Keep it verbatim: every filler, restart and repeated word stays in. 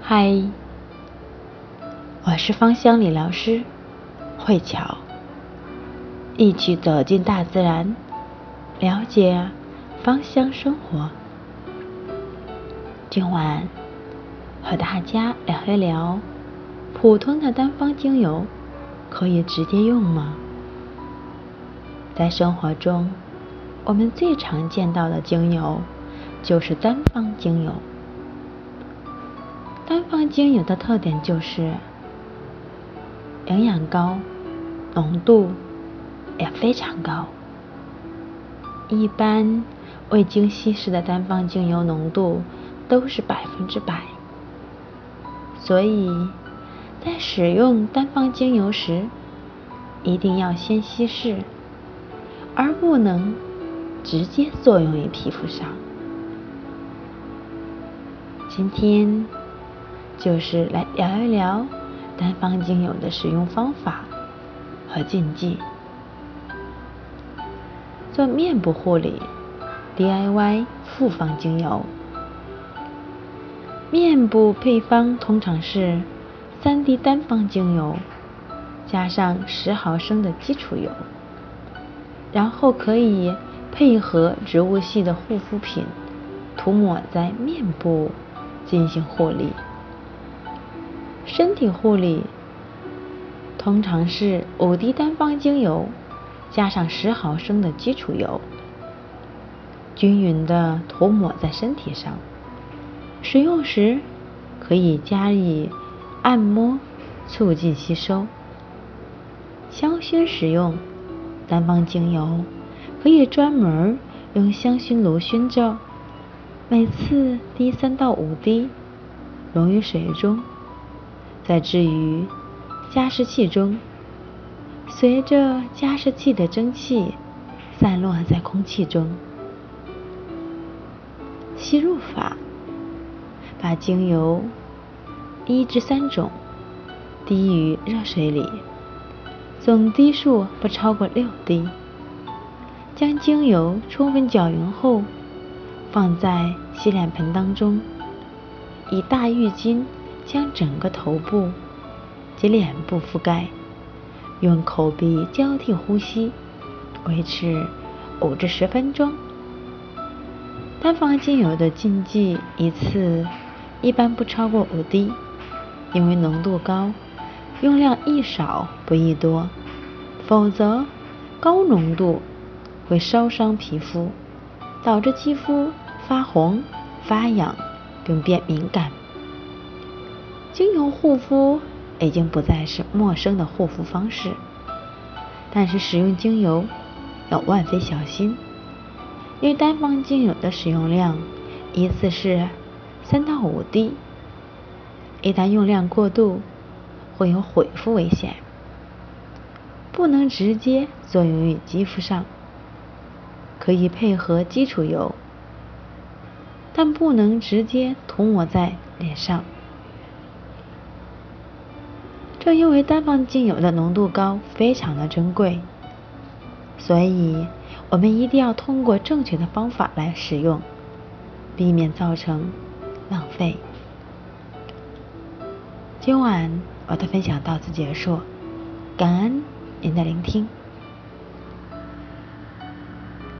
嗨，我是芳香理疗师慧巧，一起走进大自然，了解芳香生活。今晚和大家聊一聊，普通的单方精油可以直接用吗？在生活中，我们最常见到的精油就是单方精油。单方精油的特点就是营养高，浓度也非常高。一般未经稀释的单方精油浓度都是百分之百，所以在使用单方精油时，一定要先稀释，而不能直接作用于皮肤上。今天就是来聊一聊单方精油的使用方法和禁忌。做面部护理 D I Y 复方精油，面部配方通常是三滴单方精油加上十毫升的基础油，然后可以配合植物系的护肤品涂抹在面部进行护理。身体护理通常是五滴单方精油加上十毫升的基础油，均匀的涂抹在身体上。使用时可以加以按摩，促进吸收。香薰使用单方精油可以专门用香薰炉熏着，每次滴三到五滴，溶于水中，再置于加湿器中，随着加湿器的蒸汽散落在空气中。吸入法：把精油一至三种滴于热水里，总滴数不超过六滴。将精油充分搅匀后，放在洗脸盆当中，以大浴巾将整个头部及脸部覆盖，用口鼻交替呼吸，维持五至十分钟。单方精油的禁忌一次一般不超过五滴，因为浓度高，用量宜少不宜多，否则高浓度会烧伤皮肤，导致肌肤发红、发痒并变敏感。精油护肤已经不再是陌生的护肤方式，但是使用精油要万分小心，因为单方精油的使用量一次是三到五滴，一旦用量过度，会有毁肤危险。不能直接作用于肌肤上，可以配合基础油，但不能直接涂抹在脸上。正因为单方精油的浓度高，非常的珍贵，所以我们一定要通过正确的方法来使用，避免造成浪费。今晚我的分享到此结束，感恩您的聆听。